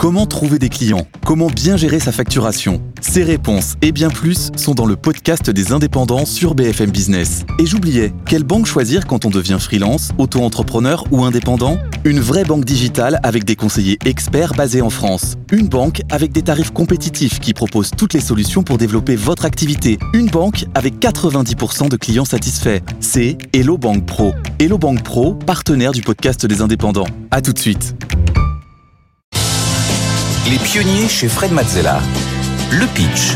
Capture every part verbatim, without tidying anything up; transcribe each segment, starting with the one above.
Comment trouver des clients? Comment bien gérer sa facturation? Ces réponses et bien plus sont dans le podcast des indépendants sur B F M Business. Et j'oubliais, quelle banque choisir quand on devient freelance, auto-entrepreneur ou indépendant? Une vraie banque digitale avec des conseillers experts basés en France. Une banque avec des tarifs compétitifs qui propose toutes les solutions pour développer votre activité. Une banque avec quatre-vingt-dix pour cent de clients satisfaits. C'est Hello Bank Pro. Hello Bank Pro, partenaire du podcast des indépendants. À tout de suite. Les pionniers chez Fred Mazzella. Le pitch.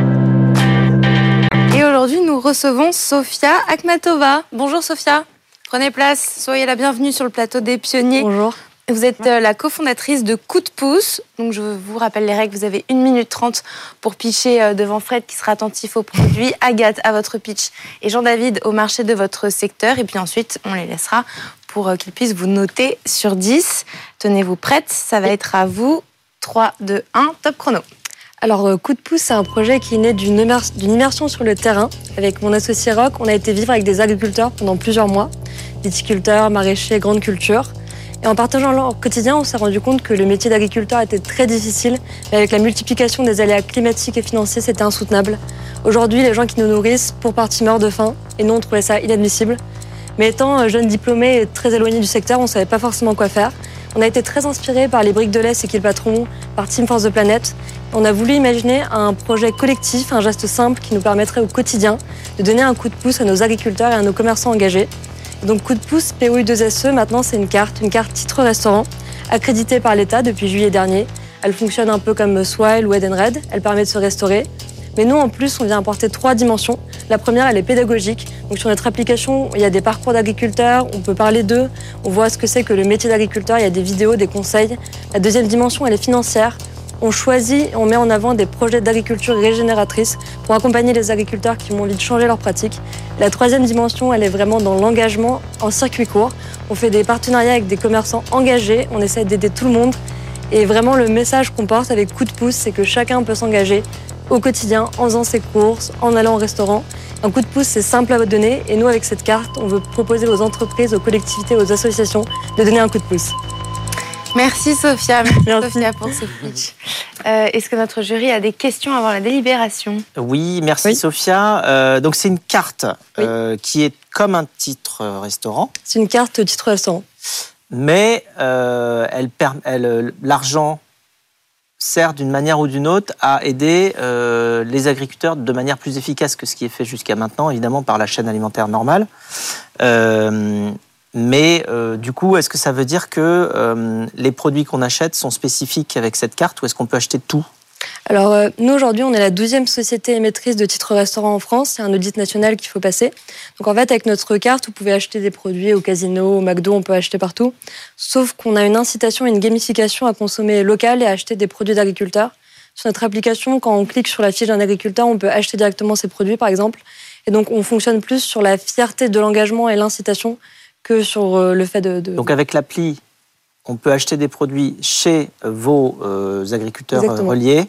Et aujourd'hui, nous recevons Sofia Akhmatova. Bonjour Sofia, prenez place, soyez la bienvenue sur le plateau des pionniers. Bonjour. Vous êtes la cofondatrice de Coup de pouce. Donc je vous rappelle les règles, vous avez une minute trente pour pitcher devant Fred qui sera attentif aux produits, Agathe à votre pitch et Jean-David au marché de votre secteur. Et puis ensuite, on les laissera pour qu'ils puissent vous noter sur dix. Tenez-vous prête, ça va être à vous. trois, deux, un, top chrono. Alors, Coup de pouce, c'est un projet qui est né d'une immers- d'une immersion sur le terrain. Avec mon associé Roch, on a été vivre avec des agriculteurs pendant plusieurs mois, viticulteurs, maraîchers, grandes cultures. Et en partageant leur quotidien, on s'est rendu compte que le métier d'agriculteur était très difficile, mais avec la multiplication des aléas climatiques et financiers, c'était insoutenable. Aujourd'hui, les gens qui nous nourrissent, pour partie, meurent de faim, et nous, on trouvait ça inadmissible. Mais étant jeunes diplômés et très éloignés du secteur, on ne savait pas forcément quoi faire. On a été très inspirés par les briques de lait, c'est qui le patron, par Team Force the Planet. On a voulu imaginer un projet collectif, un geste simple qui nous permettrait au quotidien de donner un coup de pouce à nos agriculteurs et à nos commerçants engagés. Donc Coup de pouce P O U deux S E, maintenant c'est une carte, une carte titre restaurant, accréditée par l'État depuis juillet dernier. Elle fonctionne un peu comme Swile ou Ed and Red, elle permet de se restaurer. Mais nous, en plus, on vient apporter trois dimensions. La première, elle est pédagogique. Donc, sur notre application, il y a des parcours d'agriculteurs, on peut parler d'eux, on voit ce que c'est que le métier d'agriculteur, il y a des vidéos, des conseils. La deuxième dimension, elle est financière. On choisit, on met en avant des projets d'agriculture régénératrice pour accompagner les agriculteurs qui ont envie de changer leurs pratiques. La troisième dimension, elle est vraiment dans l'engagement en circuit court. On fait des partenariats avec des commerçants engagés, on essaie d'aider tout le monde. Et vraiment, le message qu'on porte avec Coup de pouce, c'est que chacun peut s'engager au quotidien, en faisant ses courses, en allant au restaurant. Un coup de pouce, c'est simple à donner. Et nous, avec cette carte, on veut proposer aux entreprises, aux collectivités, aux associations de donner un coup de pouce. Merci Sofia, merci, merci. Sofia pour ce pitch. Euh, est-ce que notre jury a des questions avant la délibération? Oui, merci oui. Sofia. Euh, donc c'est une carte euh, oui. qui est comme un titre restaurant. C'est une carte titre restaurant. Mais euh, elle, elle, l'argent sert d'une manière ou d'une autre à aider euh, les agriculteurs de manière plus efficace que ce qui est fait jusqu'à maintenant, évidemment, par la chaîne alimentaire normale. Euh, mais euh, du coup, est-ce que ça veut dire que euh, les produits qu'on achète sont spécifiques avec cette carte ou est-ce qu'on peut acheter tout ? Alors, euh, nous, aujourd'hui, on est la douzième société émettrice de titres restaurants en France. C'est un audit national qu'il faut passer. Donc, en fait, avec notre carte, vous pouvez acheter des produits au casino, au McDo, on peut acheter partout. Sauf qu'on a une incitation et une gamification à consommer local et à acheter des produits d'agriculteurs. Sur notre application, quand on clique sur la fiche d'un agriculteur, on peut acheter directement ses produits, par exemple. Et donc, on fonctionne plus sur la fierté de l'engagement et l'incitation que sur le fait de... de... Donc, avec l'appli, on peut acheter des produits chez vos euh, agriculteurs Exactement. reliés.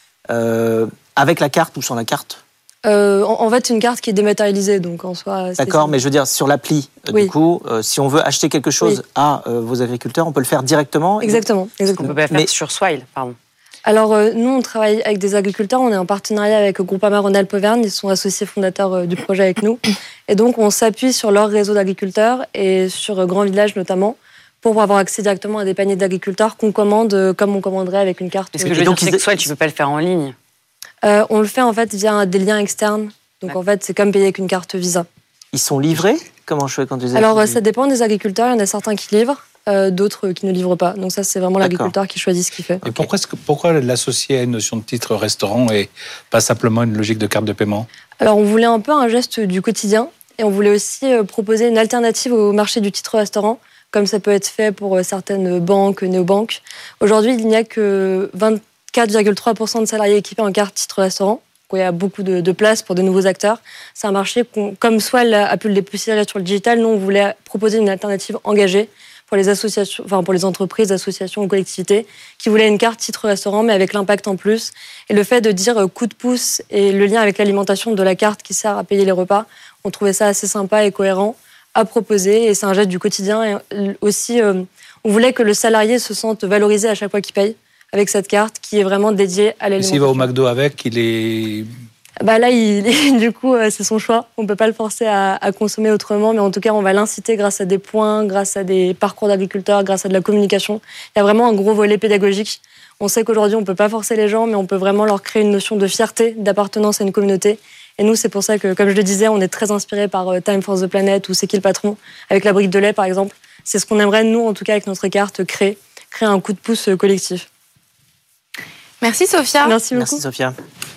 Euh, avec la carte ou sans la carte euh, en, en fait, c'est une carte qui est dématérialisée, donc en soi... D'accord, c'est... mais je veux dire, sur l'appli, oui. du coup, euh, si on veut acheter quelque chose oui. à euh, vos agriculteurs, on peut le faire directement. Exactement. exactement. On peut pas faire mais... sur Swile, pardon. Alors, euh, nous, on travaille avec des agriculteurs, on est en partenariat avec Groupama Rhône-Alpes-Auvergne, ils sont associés fondateurs euh, du projet avec nous. Et donc, on s'appuie sur leur réseau d'agriculteurs et sur euh, Grand Village notamment, pour avoir accès directement à des paniers d'agriculteurs qu'on commande comme on commanderait avec une carte. Est-ce que je veux dire, c'est que Swile, tu ne peux pas le faire en ligne? euh, On le fait en fait via des liens externes. Donc en fait, c'est comme payer avec une carte Visa. Ils sont livrés? Comment je fais quand tu les Alors ça dépend des agriculteurs. Il y en a certains qui livrent, euh, d'autres qui ne livrent pas. Donc ça, c'est vraiment l'agriculteur D'accord. qui choisit ce qu'il fait. Et pourquoi, pourquoi l'associer à une notion de titre restaurant et pas simplement une logique de carte de paiement? Alors on voulait un peu un geste du quotidien et on voulait aussi proposer une alternative au marché du titre restaurant, comme ça peut être fait pour certaines banques, néobanques. Aujourd'hui, il n'y a que vingt-quatre virgule trois pour cent de salariés équipés en carte titre restaurant. Il y a beaucoup de, de place pour de nouveaux acteurs. C'est un marché, comme Swile a pu le dépoussiérer sur le digital, nous, on voulait proposer une alternative engagée pour les associations, enfin pour les entreprises, associations ou collectivités qui voulaient une carte titre restaurant, mais avec l'impact en plus. Et le fait de dire coup de pouce et le lien avec l'alimentation de la carte qui sert à payer les repas, on trouvait ça assez sympa et cohérent à proposer. Et c'est un geste du quotidien. Et aussi, euh, on voulait que le salarié se sente valorisé à chaque fois qu'il paye. avec cette carte qui est vraiment dédiée à l'alimentation. S'il va au McDo avec, il est... Bah là, il, du coup, c'est son choix. On ne peut pas le forcer à, à consommer autrement, mais en tout cas, on va l'inciter grâce à des points, grâce à des parcours d'agriculteurs, grâce à de la communication. Il y a vraiment un gros volet pédagogique. On sait qu'aujourd'hui, on ne peut pas forcer les gens, mais on peut vraiment leur créer une notion de fierté, d'appartenance à une communauté. Et nous, c'est pour ça que, comme je le disais, on est très inspirés par Time for the Planet ou C'est qui le patron, avec la brique de lait, par exemple. C'est ce qu'on aimerait, nous, en tout cas, avec notre carte, créer, créer un coup de pouce collectif. Merci, Sophia. Merci beaucoup. Merci, Sophia.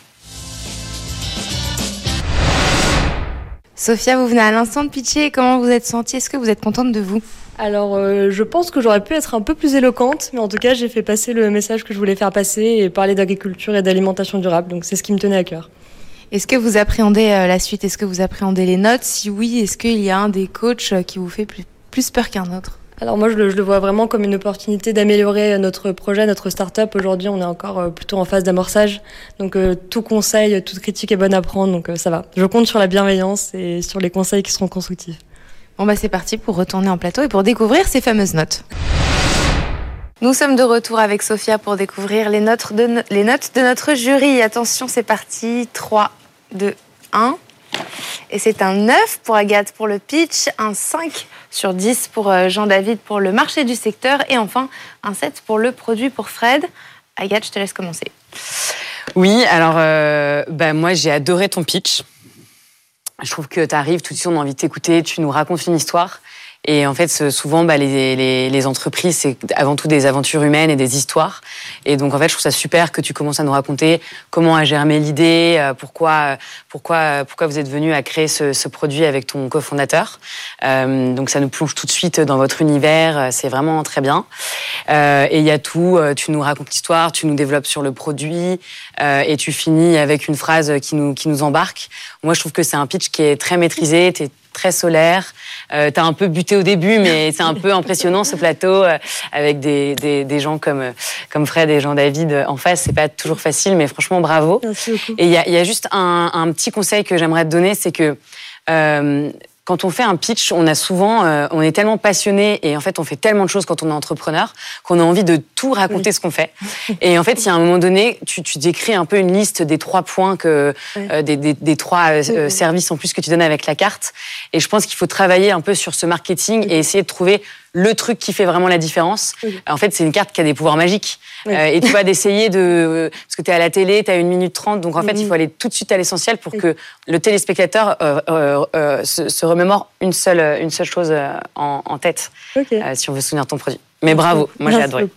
Sophia, vous venez à l'instant de pitcher. Comment vous êtes sentie? Est-ce que vous êtes contente de vous? Alors, euh, je pense que j'aurais pu être un peu plus éloquente, mais en tout cas, j'ai fait passer le message que je voulais faire passer et parler d'agriculture et d'alimentation durable. Donc, c'est ce qui me tenait à cœur. Est-ce que vous appréhendez euh, la suite? Est-ce que vous appréhendez les notes? Si oui, est-ce qu'il y a un des coachs qui vous fait plus, plus peur qu'un autre? Alors moi, je le, je le vois vraiment comme une opportunité d'améliorer notre projet, notre start-up. Aujourd'hui, on est encore plutôt en phase d'amorçage. Donc, euh, tout conseil, toute critique est bonne à prendre. Donc, euh, ça va. Je compte sur la bienveillance et sur les conseils qui seront constructifs. Bon, bah, c'est parti pour retourner en plateau et pour découvrir ces fameuses notes. Nous sommes de retour avec Sophia pour découvrir les notes de, no- les notes de notre jury. Attention, c'est parti. trois, deux, un. Et c'est un neuf pour Agathe pour le pitch, un cinq sur dix pour Jean-David pour le marché du secteur et enfin un sept pour le produit pour Fred. Agathe, je te laisse commencer. Oui, alors euh, bah, moi j'ai adoré ton pitch. Je trouve que tu arrives, tout de suite on a envie de t'écouter, tu nous racontes une histoire. Et en fait, souvent, bah, les, les, les entreprises, c'est avant tout des aventures humaines et des histoires. Et donc, en fait, je trouve ça super que tu commences à nous raconter comment a germé l'idée, pourquoi, pourquoi, pourquoi vous êtes venu à créer ce, ce produit avec ton cofondateur. Euh, donc, ça nous plonge tout de suite dans votre univers. C'est vraiment très bien. Euh, et il y a tout. Tu nous racontes l'histoire, tu nous développes sur le produit, euh, et tu finis avec une phrase qui nous, qui nous embarque. Moi, je trouve que c'est un pitch qui est très maîtrisé. T'es très solaire. Euh, t'as un peu buté au début, mais c'est un peu impressionnant ce plateau euh, avec des, des, des gens comme, comme Fred et Jean-David en face. C'est pas toujours facile, mais franchement, bravo. Merci beaucoup. Et il y a, y a juste un, un petit conseil que j'aimerais te donner, c'est que euh, quand on fait un pitch, on a souvent, euh, on est tellement passionné et en fait, on fait tellement de choses quand on est entrepreneur qu'on a envie de tout raconter, oui, ce qu'on fait. Et en fait, il y a un moment donné, tu, tu décris un peu une liste des trois points que, oui, euh, des, des, des trois euh, oui, services en plus que tu donnes avec la carte. Et je pense qu'il faut travailler un peu sur ce marketing, oui, et essayer de trouver le truc qui fait vraiment la différence. Oui. En fait, c'est une carte qui a des pouvoirs magiques. Oui. Euh, et tu vas d'essayer de... Parce que tu es à la télé, tu as une minute trente, donc en fait, oui, il faut aller tout de suite à l'essentiel pour, oui, que le téléspectateur euh, euh, euh, se, se remémore une seule, une seule chose en, en tête, okay, euh, si on veut se souvenir de ton produit. Mais bravo, moi j'ai adoré.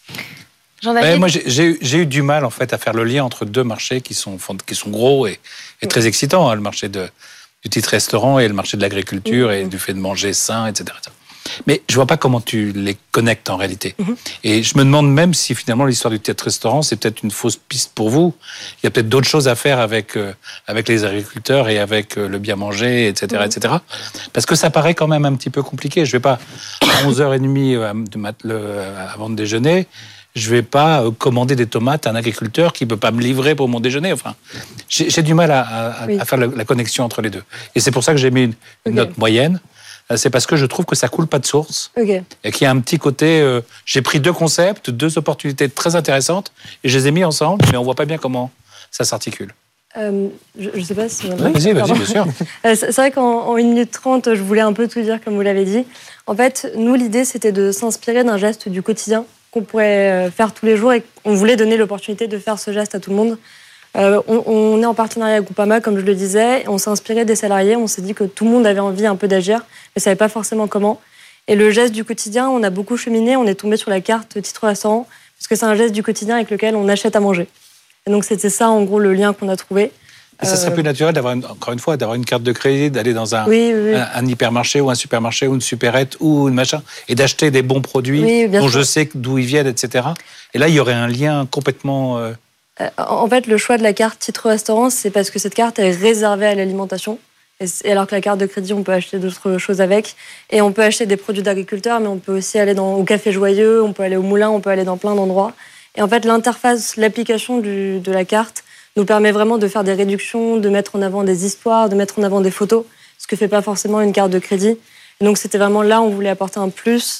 Ouais, moi, j'ai, j'ai, eu, j'ai eu du mal en fait à faire le lien entre deux marchés qui sont, qui sont gros et, et très excitants, hein, le marché de, du titre restaurant et le marché de l'agriculture, oui, et du fait de manger sain, et cetera. Mais je vois pas comment tu les connectes en réalité. Mm-hmm. Et je me demande même si finalement l'histoire du titre-restaurant, c'est peut-être une fausse piste pour vous. Il y a peut-être d'autres choses à faire avec, euh, avec les agriculteurs et avec euh, le bien manger, et cetera, mm-hmm, et cetera. Parce que ça paraît quand même un petit peu compliqué. Je vais pas, à onze heures trente euh, de mat- le, euh, avant de déjeuner, je vais pas euh, commander des tomates à un agriculteur qui peut pas me livrer pour mon déjeuner. Enfin, j'ai, j'ai du mal à, à, oui, à faire la, la connexion entre les deux. Et c'est pour ça que j'ai mis une, une okay, note moyenne. C'est parce que je trouve que ça coule pas de source, okay, et qu'il y a un petit côté... Euh, j'ai pris deux concepts, deux opportunités très intéressantes, et je les ai mis ensemble, mais on voit pas bien comment ça s'articule. Euh, je ne sais pas si... Oui, vas-y, vas-y, bien sûr. C'est vrai qu'en en une minute trente, je voulais un peu tout dire, comme vous l'avez dit. En fait, nous, l'idée, c'était de s'inspirer d'un geste du quotidien qu'on pourrait faire tous les jours, et on voulait donner l'opportunité de faire ce geste à tout le monde. Euh, on, on est en partenariat avec Groupama, comme je le disais, on s'est inspiré des salariés, on s'est dit que tout le monde avait envie un peu d'agir, mais ne savait pas forcément comment. Et le geste du quotidien, on a beaucoup cheminé, on est tombé sur la carte titre restaurant, parce que c'est un geste du quotidien avec lequel on achète à manger. Et donc c'était ça, en gros, le lien qu'on a trouvé. Et ça serait plus naturel, d'avoir une, encore une fois, d'avoir une carte de crédit, d'aller dans un, oui, oui, oui. un, un hypermarché ou un supermarché ou une supérette ou une machin, et d'acheter des bons produits, oui, dont sûr, je sais d'où ils viennent, et cetera. Et là, il y aurait un lien complètement... Euh... En fait, le choix de la carte titre-restaurant, c'est parce que cette carte est réservée à l'alimentation. Et alors que la carte de crédit, on peut acheter d'autres choses avec. Et on peut acheter des produits d'agriculteurs, mais on peut aussi aller dans, au Café Joyeux, on peut aller au Moulin, on peut aller dans plein d'endroits. Et en fait, l'interface, l'application du, de la carte nous permet vraiment de faire des réductions, de mettre en avant des histoires, de mettre en avant des photos, ce que fait pas forcément une carte de crédit. Et donc, c'était vraiment là où on voulait apporter un plus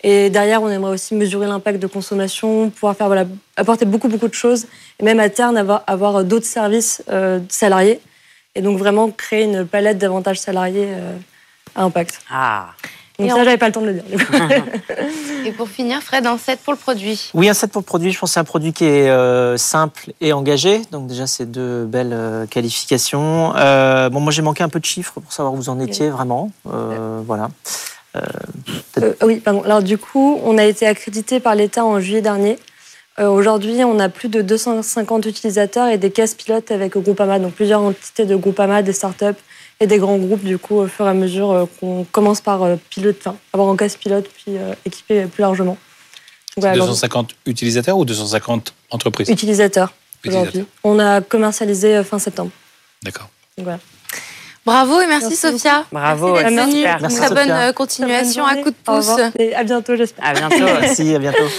Et derrière, on aimerait aussi mesurer l'impact de consommation, pouvoir faire, voilà, apporter beaucoup, beaucoup de choses, et même à terme avoir, avoir d'autres services euh, salariés, et donc vraiment créer une palette d'avantages salariés euh, à impact. Ah. Donc et ça, en... j'avais pas le temps de le dire. Et pour finir, Fred, un set pour le produit. Oui, un set pour le produit. Je pense que c'est un produit qui est euh, simple et engagé. Donc déjà, c'est deux belles euh, qualifications. Euh, bon, moi, j'ai manqué un peu de chiffres pour savoir où vous en étiez vraiment. Euh, voilà. Euh, euh, oui, pardon. Alors du coup, on a été accrédité par l'État en juillet dernier. Euh, aujourd'hui, on a plus de deux cent cinquante utilisateurs et des caisses pilotes avec Groupama, donc plusieurs entités de Groupama, des startups et des grands groupes, du coup, au fur et à mesure euh, qu'on commence par euh, pilote, enfin, avoir un caisse pilote, puis euh, équiper plus largement. Voilà, deux cent cinquante donc, utilisateurs ou deux cent cinquante entreprises? Utilisateurs, aujourd'hui. On a commercialisé fin septembre. D'accord. Donc, voilà. Bravo et merci, merci Sophia. Bravo, merci d'être venue. merci. Très bonne continuation. À coup de pouce. Et à bientôt, j'espère. À bientôt. Merci, à bientôt.